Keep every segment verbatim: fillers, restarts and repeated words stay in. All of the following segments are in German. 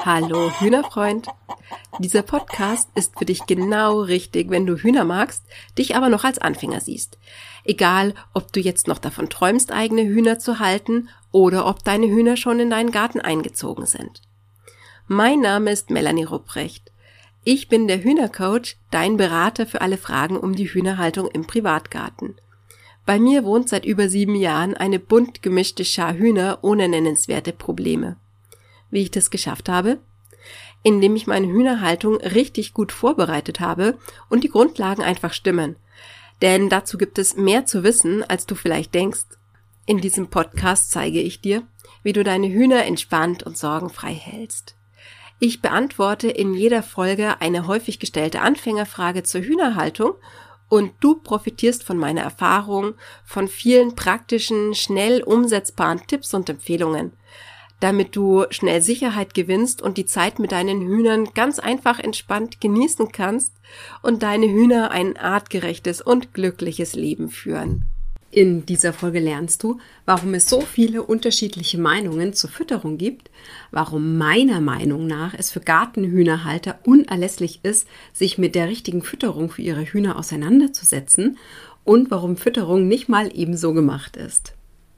Hallo Hühnerfreund! Dieser Podcast ist für dich genau richtig, wenn du Hühner magst, dich aber noch als Anfänger siehst. Egal, ob du jetzt noch davon träumst, eigene Hühner zu halten oder ob deine Hühner schon in deinen Garten eingezogen sind. Mein Name ist Melanie Rupprecht. Ich bin der Hühnercoach, dein Berater für alle Fragen um die Hühnerhaltung im Privatgarten. Bei mir wohnt seit über sieben Jahren eine bunt gemischte Schar Hühner ohne nennenswerte Probleme. Wie ich das geschafft habe? Indem ich meine Hühnerhaltung richtig gut vorbereitet habe und die Grundlagen einfach stimmen. Denn dazu gibt es mehr zu wissen, als du vielleicht denkst. In diesem Podcast zeige ich dir, wie du deine Hühner entspannt und sorgenfrei hältst. Ich beantworte in jeder Folge eine häufig gestellte Anfängerfrage zur Hühnerhaltung und du profitierst von meiner Erfahrung, von vielen praktischen, schnell umsetzbaren Tipps und Empfehlungen, damit du schnell Sicherheit gewinnst und die Zeit mit deinen Hühnern ganz einfach entspannt genießen kannst und deine Hühner ein artgerechtes und glückliches Leben führen. In dieser Folge lernst du, warum es so viele unterschiedliche Meinungen zur Fütterung gibt, warum meiner Meinung nach es für Gartenhühnerhalter unerlässlich ist, sich mit der richtigen Fütterung für ihre Hühner auseinanderzusetzen und warum Fütterung nicht mal ebenso gemacht ist.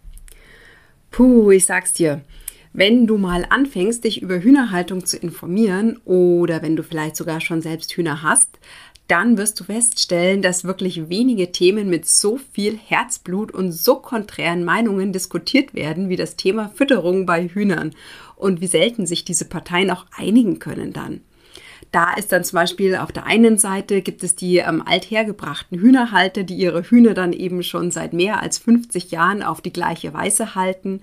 Puh, ich sag's dir. Wenn du mal anfängst, dich über Hühnerhaltung zu informieren oder wenn du vielleicht sogar schon selbst Hühner hast, dann wirst du feststellen, dass wirklich wenige Themen mit so viel Herzblut und so konträren Meinungen diskutiert werden wie das Thema Fütterung bei Hühnern und wie selten sich diese Parteien auch einigen können dann. Da ist dann zum Beispiel auf der einen Seite gibt es die ähm, althergebrachten Hühnerhalter, die ihre Hühner dann eben schon seit mehr als fünfzig Jahren auf die gleiche Weise halten.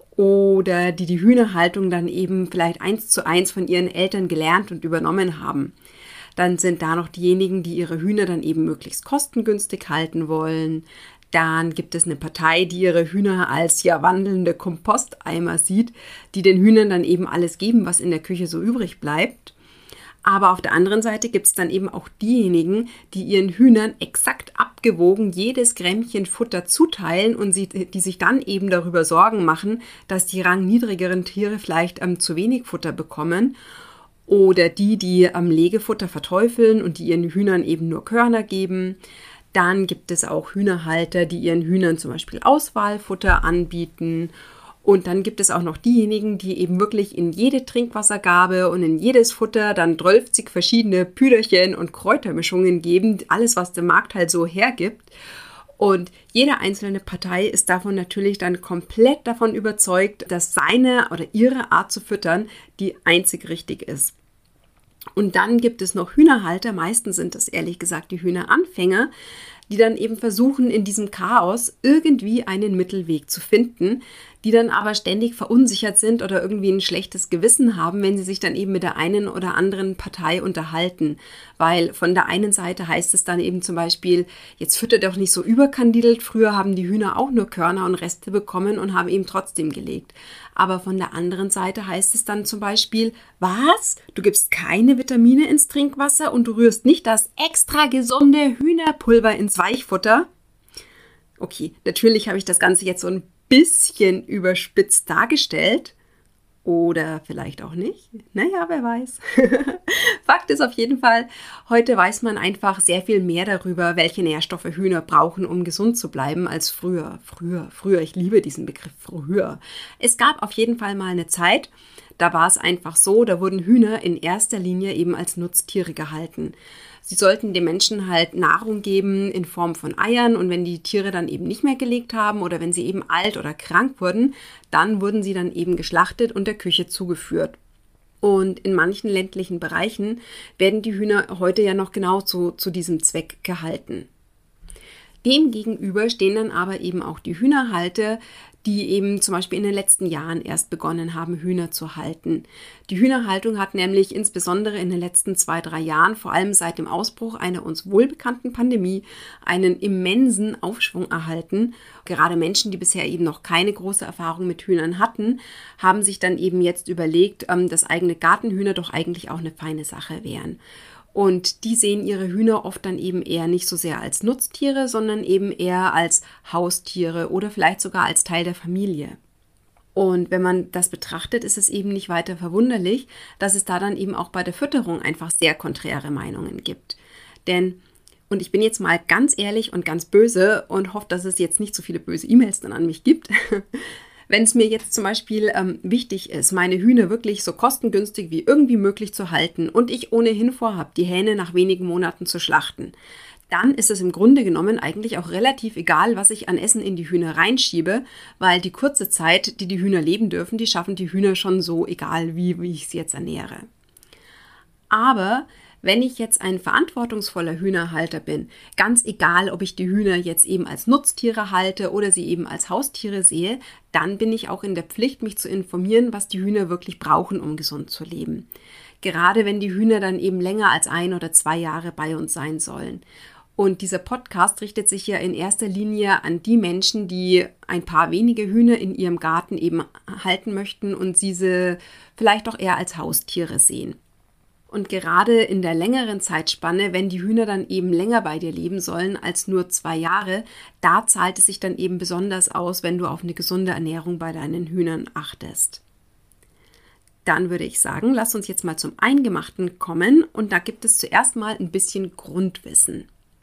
Oder die die Hühnerhaltung dann eben vielleicht eins zu eins von ihren Eltern gelernt und übernommen haben. Dann sind da noch diejenigen, die ihre Hühner dann eben möglichst kostengünstig halten wollen. Dann gibt es eine Partei, die ihre Hühner als ja wandelnde Komposteimer sieht, die den Hühnern dann eben alles geben, was in der Küche so übrig bleibt. Aber auf der anderen Seite gibt es dann eben auch diejenigen, die ihren Hühnern exakt abgewogen jedes Grämmchen Futter zuteilen und sie, die sich dann eben darüber Sorgen machen, dass die rangniedrigeren Tiere vielleicht ähm, zu wenig Futter bekommen. Oder die, die ähm, Legefutter verteufeln und die ihren Hühnern eben nur Körner geben. Dann gibt es auch Hühnerhalter, die ihren Hühnern zum Beispiel Auswahlfutter anbieten. Und dann gibt es auch noch diejenigen, die eben wirklich in jede Trinkwassergabe und in jedes Futter dann zwölfzig verschiedene Püderchen und Kräutermischungen geben, alles, was der Markt halt so hergibt. Und jede einzelne Partei ist davon natürlich dann komplett davon überzeugt, dass seine oder ihre Art zu füttern die einzig richtig ist. Und dann gibt es noch Hühnerhalter, meistens sind das ehrlich gesagt die Hühneranfänger, die dann eben versuchen, in diesem Chaos irgendwie einen Mittelweg zu finden, die dann aber ständig verunsichert sind oder irgendwie ein schlechtes Gewissen haben, wenn sie sich dann eben mit der einen oder anderen Partei unterhalten. Weil von der einen Seite heißt es dann eben zum Beispiel, jetzt füttert doch nicht so überkandidelt, früher haben die Hühner auch nur Körner und Reste bekommen und haben eben trotzdem gelegt. Aber von der anderen Seite heißt es dann zum Beispiel, was? Du gibst keine Vitamine ins Trinkwasser und du rührst nicht das extra gesunde Hühnerpulver ins Weichfutter? Okay, natürlich habe ich das Ganze jetzt so ein bisschen überspitzt dargestellt. Oder vielleicht auch nicht. Naja, wer weiß. Fakt ist auf jeden Fall, heute weiß man einfach sehr viel mehr darüber, welche Nährstoffe Hühner brauchen, um gesund zu bleiben, als früher. Früher, früher, ich liebe diesen Begriff früher. Es gab auf jeden Fall mal eine Zeit, da war es einfach so, da wurden Hühner in erster Linie eben als Nutztiere gehalten. Sie sollten den Menschen halt Nahrung geben in Form von Eiern und wenn die Tiere dann eben nicht mehr gelegt haben oder wenn sie eben alt oder krank wurden, dann wurden sie dann eben geschlachtet und der Küche zugeführt. Und in manchen ländlichen Bereichen werden die Hühner heute ja noch genau zu, zu diesem Zweck gehalten. Demgegenüber stehen dann aber eben auch die Hühnerhalter, die eben zum Beispiel in den letzten Jahren erst begonnen haben, Hühner zu halten. Die Hühnerhaltung hat nämlich insbesondere in den letzten zwei, drei Jahren, vor allem seit dem Ausbruch einer uns wohlbekannten Pandemie, einen immensen Aufschwung erhalten. Gerade Menschen, die bisher eben noch keine große Erfahrung mit Hühnern hatten, haben sich dann eben jetzt überlegt, dass eigene Gartenhühner doch eigentlich auch eine feine Sache wären. Und die sehen ihre Hühner oft dann eben eher nicht so sehr als Nutztiere, sondern eben eher als Haustiere oder vielleicht sogar als Teil der Familie. Und wenn man das betrachtet, ist es eben nicht weiter verwunderlich, dass es da dann eben auch bei der Fütterung einfach sehr konträre Meinungen gibt. Denn, und ich bin jetzt mal ganz ehrlich und ganz böse und hoffe, dass es jetzt nicht so viele böse E-Mails dann an mich gibt, wenn es mir jetzt zum Beispiel ähm, wichtig ist, meine Hühner wirklich so kostengünstig wie irgendwie möglich zu halten und ich ohnehin vorhabe, die Hähne nach wenigen Monaten zu schlachten, dann ist es im Grunde genommen eigentlich auch relativ egal, was ich an Essen in die Hühner reinschiebe, weil die kurze Zeit, die die Hühner leben dürfen, die schaffen die Hühner schon so, egal wie, wie ich sie jetzt ernähre. Aber wenn ich jetzt ein verantwortungsvoller Hühnerhalter bin, ganz egal, ob ich die Hühner jetzt eben als Nutztiere halte oder sie eben als Haustiere sehe, dann bin ich auch in der Pflicht, mich zu informieren, was die Hühner wirklich brauchen, um gesund zu leben. Gerade wenn die Hühner dann eben länger als ein oder zwei Jahre bei uns sein sollen. Und dieser Podcast richtet sich ja in erster Linie an die Menschen, die ein paar wenige Hühner in ihrem Garten eben halten möchten und diese vielleicht auch eher als Haustiere sehen. Und gerade in der längeren Zeitspanne, wenn die Hühner dann eben länger bei dir leben sollen als nur zwei Jahre, da zahlt es sich dann eben besonders aus, wenn du auf eine gesunde Ernährung bei deinen Hühnern achtest. Dann würde ich sagen, lass uns jetzt mal zum Eingemachten kommen und da gibt es zuerst mal ein bisschen Grundwissen.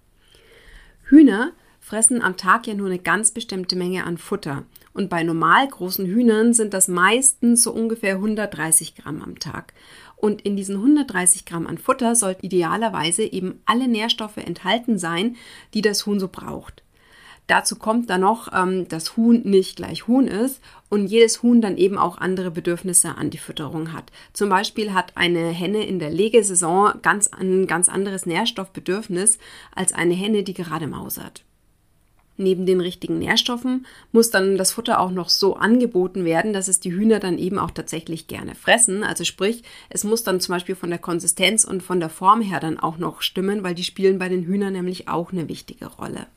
Hühner fressen am Tag ja nur eine ganz bestimmte Menge an Futter und bei normal großen Hühnern sind das meistens so ungefähr hundertdreißig Gramm am Tag. Und in diesen hundertdreißig Gramm an Futter sollten idealerweise eben alle Nährstoffe enthalten sein, die das Huhn so braucht. Dazu kommt dann noch, ähm, dass Huhn nicht gleich Huhn ist und jedes Huhn dann eben auch andere Bedürfnisse an die Fütterung hat. Zum Beispiel hat eine Henne in der Legesaison ganz, ein ganz anderes Nährstoffbedürfnis als eine Henne, die gerade mausert. Neben den richtigen Nährstoffen muss dann das Futter auch noch so angeboten werden, dass es die Hühner dann eben auch tatsächlich gerne fressen. Also sprich, es muss dann zum Beispiel von der Konsistenz und von der Form her dann auch noch stimmen, weil die spielen bei den Hühnern nämlich auch eine wichtige Rolle.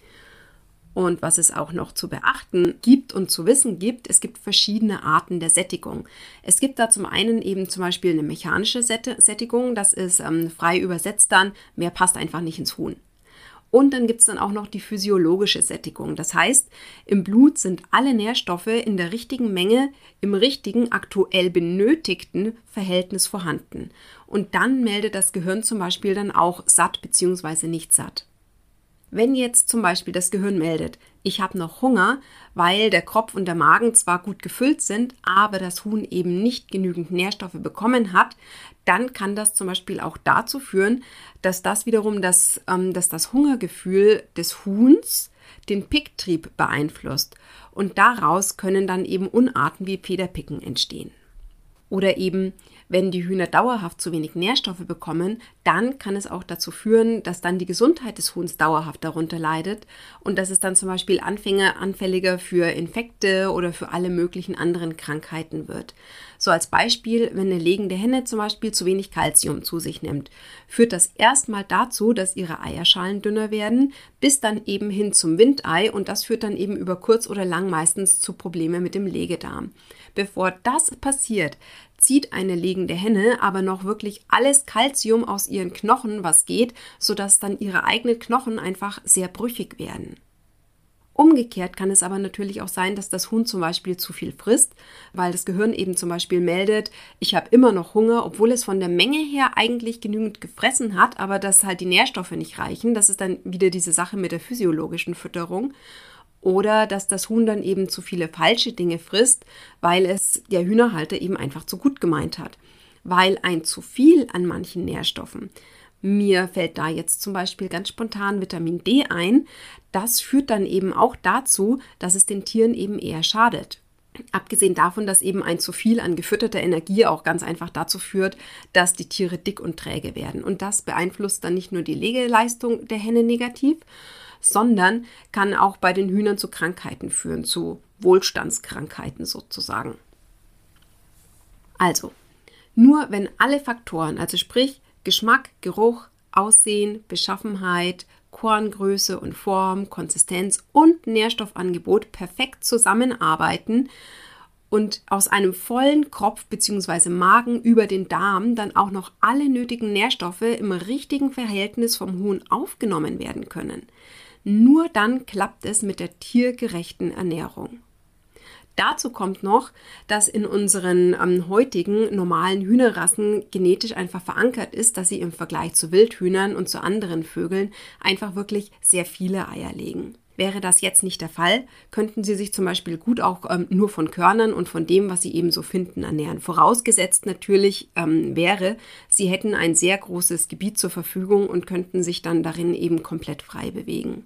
Und was es auch noch zu beachten gibt und zu wissen gibt, es gibt verschiedene Arten der Sättigung. Es gibt da zum einen eben zum Beispiel eine mechanische Sättigung, das ist ähm, frei übersetzt dann, mehr passt einfach nicht ins Huhn. Und dann gibt es dann auch noch die physiologische Sättigung. Das heißt, im Blut sind alle Nährstoffe in der richtigen Menge, im richtigen, aktuell benötigten Verhältnis vorhanden. Und dann meldet das Gehirn zum Beispiel dann auch satt bzw. nicht satt. Wenn jetzt zum Beispiel das Gehirn meldet, ich habe noch Hunger, weil der Kopf und der Magen zwar gut gefüllt sind, aber das Huhn eben nicht genügend Nährstoffe bekommen hat, dann kann das zum Beispiel auch dazu führen, dass das wiederum das, ähm, dass das Hungergefühl des Huhns den Picktrieb beeinflusst. Und daraus können dann eben Unarten wie Federpicken entstehen. Oder eben, wenn die Hühner dauerhaft zu wenig Nährstoffe bekommen, dann kann es auch dazu führen, dass dann die Gesundheit des Huhns dauerhaft darunter leidet und dass es dann zum Beispiel Anfänger, anfälliger für Infekte oder für alle möglichen anderen Krankheiten wird. So als Beispiel, wenn eine legende Henne zum Beispiel zu wenig Kalzium zu sich nimmt, führt das erstmal dazu, dass ihre Eierschalen dünner werden, bis dann eben hin zum Windei und das führt dann eben über kurz oder lang meistens zu Problemen mit dem Legedarm. Bevor das passiert, zieht eine legende Henne aber noch wirklich alles Kalzium aus ihren Knochen, was geht, sodass dann ihre eigenen Knochen einfach sehr brüchig werden. Umgekehrt kann es aber natürlich auch sein, dass das Huhn zum Beispiel zu viel frisst, weil das Gehirn eben zum Beispiel meldet, ich habe immer noch Hunger, obwohl es von der Menge her eigentlich genügend gefressen hat, aber dass halt die Nährstoffe nicht reichen. Das ist dann wieder diese Sache mit der physiologischen Fütterung. Oder dass das Huhn dann eben zu viele falsche Dinge frisst, weil es der Hühnerhalter eben einfach zu gut gemeint hat. Weil ein zu viel an manchen Nährstoffen, mir fällt da jetzt zum Beispiel ganz spontan Vitamin D ein, das führt dann eben auch dazu, dass es den Tieren eben eher schadet. Abgesehen davon, dass eben ein zu viel an gefütterter Energie auch ganz einfach dazu führt, dass die Tiere dick und träge werden. Und das beeinflusst dann nicht nur die Legeleistung der Henne negativ, sondern kann auch bei den Hühnern zu Krankheiten führen, zu Wohlstandskrankheiten sozusagen. Also, nur wenn alle Faktoren, also sprich Geschmack, Geruch, Aussehen, Beschaffenheit, Korngröße und Form, Konsistenz und Nährstoffangebot perfekt zusammenarbeiten und aus einem vollen Kopf bzw. Magen über den Darm dann auch noch alle nötigen Nährstoffe im richtigen Verhältnis vom Huhn aufgenommen werden können. Nur dann klappt es mit der tiergerechten Ernährung. Dazu kommt noch, dass in unseren ähm, heutigen normalen Hühnerrassen genetisch einfach verankert ist, dass sie im Vergleich zu Wildhühnern und zu anderen Vögeln einfach wirklich sehr viele Eier legen. Wäre das jetzt nicht der Fall, könnten sie sich zum Beispiel gut auch ähm, nur von Körnern und von dem, was sie eben so finden, ernähren. Vorausgesetzt natürlich ähm, wäre, sie hätten ein sehr großes Gebiet zur Verfügung und könnten sich dann darin eben komplett frei bewegen.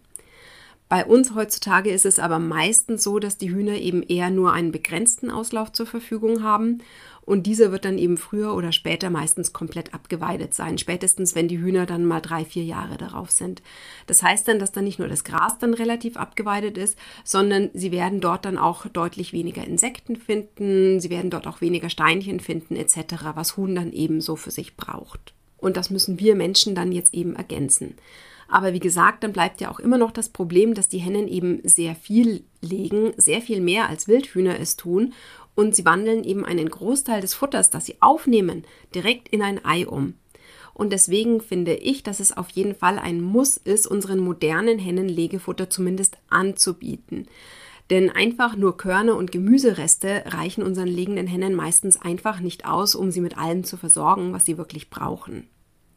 Bei uns heutzutage ist es aber meistens so, dass die Hühner eben eher nur einen begrenzten Auslauf zur Verfügung haben und dieser wird dann eben früher oder später meistens komplett abgeweidet sein, spätestens wenn die Hühner dann mal drei, vier Jahre darauf sind. Das heißt dann, dass dann nicht nur das Gras dann relativ abgeweidet ist, sondern sie werden dort dann auch deutlich weniger Insekten finden, sie werden dort auch weniger Steinchen finden et cetera, was Huhn dann eben so für sich braucht. Und das müssen wir Menschen dann jetzt eben ergänzen. Aber wie gesagt, dann bleibt ja auch immer noch das Problem, dass die Hennen eben sehr viel legen, sehr viel mehr als Wildhühner es tun und sie wandeln eben einen Großteil des Futters, das sie aufnehmen, direkt in ein Ei um. Und deswegen finde ich, dass es auf jeden Fall ein Muss ist, unseren modernen Hennen Legefutter zumindest anzubieten. Denn einfach nur Körner und Gemüsereste reichen unseren legenden Hennen meistens einfach nicht aus, um sie mit allem zu versorgen, was sie wirklich brauchen.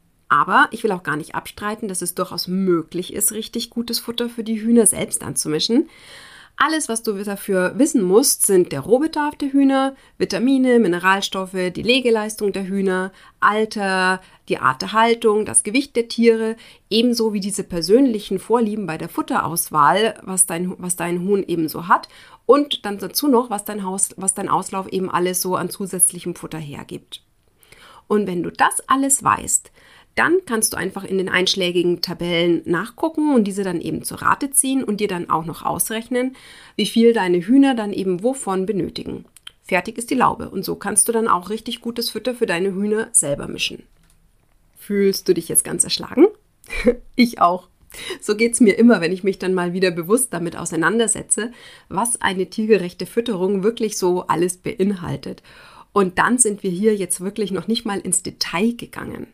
Aber ich will auch gar nicht abstreiten, dass es durchaus möglich ist, richtig gutes Futter für die Hühner selbst anzumischen. Alles, was du dafür wissen musst, sind der Rohbedarf der Hühner, Vitamine, Mineralstoffe, die Legeleistung der Hühner, Alter, die Art der Haltung, das Gewicht der Tiere, ebenso wie diese persönlichen Vorlieben bei der Futterauswahl, was dein, was dein Huhn eben so hat und dann dazu noch, was dein, Haus, was dein Auslauf eben alles so an zusätzlichem Futter hergibt. Und wenn du das alles weißt, dann kannst du einfach in den einschlägigen Tabellen nachgucken und diese dann eben zur Rate ziehen und dir dann auch noch ausrechnen, wie viel deine Hühner dann eben wovon benötigen. Fertig ist die Laube und so kannst du dann auch richtig gutes Futter für deine Hühner selber mischen. Fühlst du dich jetzt ganz erschlagen? Ich auch. So geht es mir immer, wenn ich mich dann mal wieder bewusst damit auseinandersetze, was eine tiergerechte Fütterung wirklich so alles beinhaltet. Und dann sind wir hier jetzt wirklich noch nicht mal ins Detail gegangen.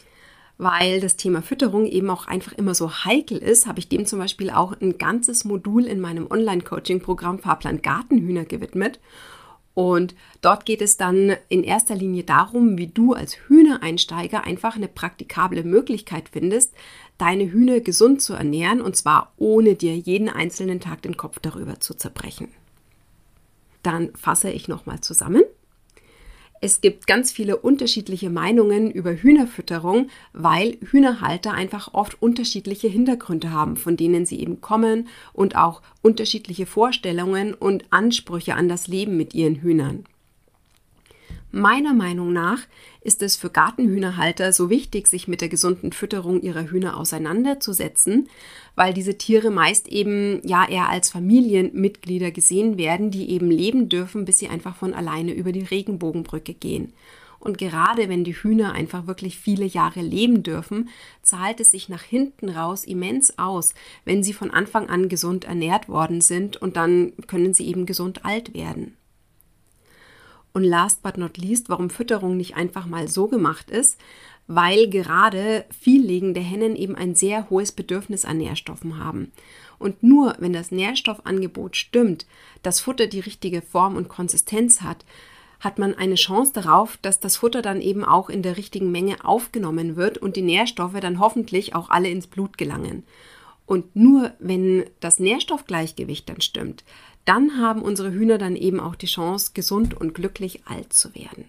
Weil das Thema Fütterung eben auch einfach immer so heikel ist, habe ich dem zum Beispiel auch ein ganzes Modul in meinem Online-Coaching-Programm Fahrplan Gartenhühner gewidmet. Und dort geht es dann in erster Linie darum, wie du als Hühnereinsteiger einfach eine praktikable Möglichkeit findest, deine Hühner gesund zu ernähren und zwar ohne dir jeden einzelnen Tag den Kopf darüber zu zerbrechen. Dann fasse ich nochmal zusammen. Es gibt ganz viele unterschiedliche Meinungen über Hühnerfütterung, weil Hühnerhalter einfach oft unterschiedliche Hintergründe haben, von denen sie eben kommen und auch unterschiedliche Vorstellungen und Ansprüche an das Leben mit ihren Hühnern. Meiner Meinung nach ist es für Gartenhühnerhalter so wichtig, sich mit der gesunden Fütterung ihrer Hühner auseinanderzusetzen, weil diese Tiere meist eben ja eher als Familienmitglieder gesehen werden, die eben leben dürfen, bis sie einfach von alleine über die Regenbogenbrücke gehen. Und gerade wenn die Hühner einfach wirklich viele Jahre leben dürfen, zahlt es sich nach hinten raus immens aus, wenn sie von Anfang an gesund ernährt worden sind und dann können sie eben gesund alt werden. Und last but not least, warum Fütterung nicht einfach mal so gemacht ist, weil gerade viellegende Hennen eben ein sehr hohes Bedürfnis an Nährstoffen haben. Und nur wenn das Nährstoffangebot stimmt, das Futter die richtige Form und Konsistenz hat, hat man eine Chance darauf, dass das Futter dann eben auch in der richtigen Menge aufgenommen wird und die Nährstoffe dann hoffentlich auch alle ins Blut gelangen. Und nur wenn das Nährstoffgleichgewicht dann stimmt, dann haben unsere Hühner dann eben auch die Chance, gesund und glücklich alt zu werden.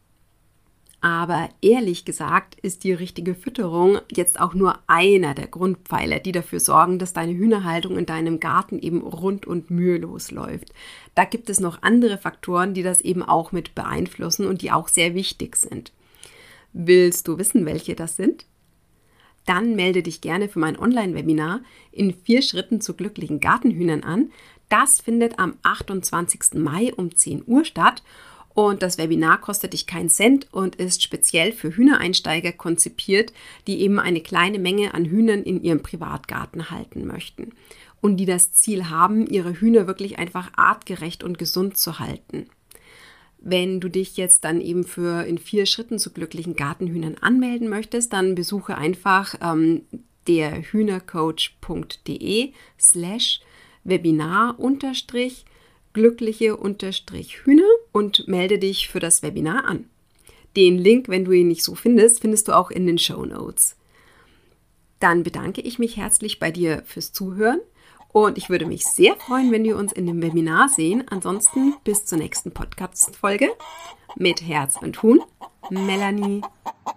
Aber ehrlich gesagt ist die richtige Fütterung jetzt auch nur einer der Grundpfeiler, die dafür sorgen, dass deine Hühnerhaltung in deinem Garten eben rund und mühelos läuft. Da gibt es noch andere Faktoren, die das eben auch mit beeinflussen und die auch sehr wichtig sind. Willst du wissen, welche das sind? Dann melde dich gerne für mein Online-Webinar in vier Schritten zu glücklichen Gartenhühnern an. Das findet am achtundzwanzigsten Mai um zehn Uhr statt und das Webinar kostet dich keinen Cent und ist speziell für Hühnereinsteiger konzipiert, die eben eine kleine Menge an Hühnern in ihrem Privatgarten halten möchten und die das Ziel haben, ihre Hühner wirklich einfach artgerecht und gesund zu halten. Wenn du dich jetzt dann eben für in vier Schritten zu glücklichen Gartenhühnern anmelden möchtest, dann besuche einfach ähm, derhühnercoach.de slash Webinar unterstrich glückliche-hühner und melde dich für das Webinar an. Den Link, wenn du ihn nicht so findest, findest du auch in den Shownotes. Dann bedanke ich mich herzlich bei dir fürs Zuhören und ich würde mich sehr freuen, wenn wir uns in dem Webinar sehen. Ansonsten bis zur nächsten Podcast-Folge mit Herz und Huhn, Melanie.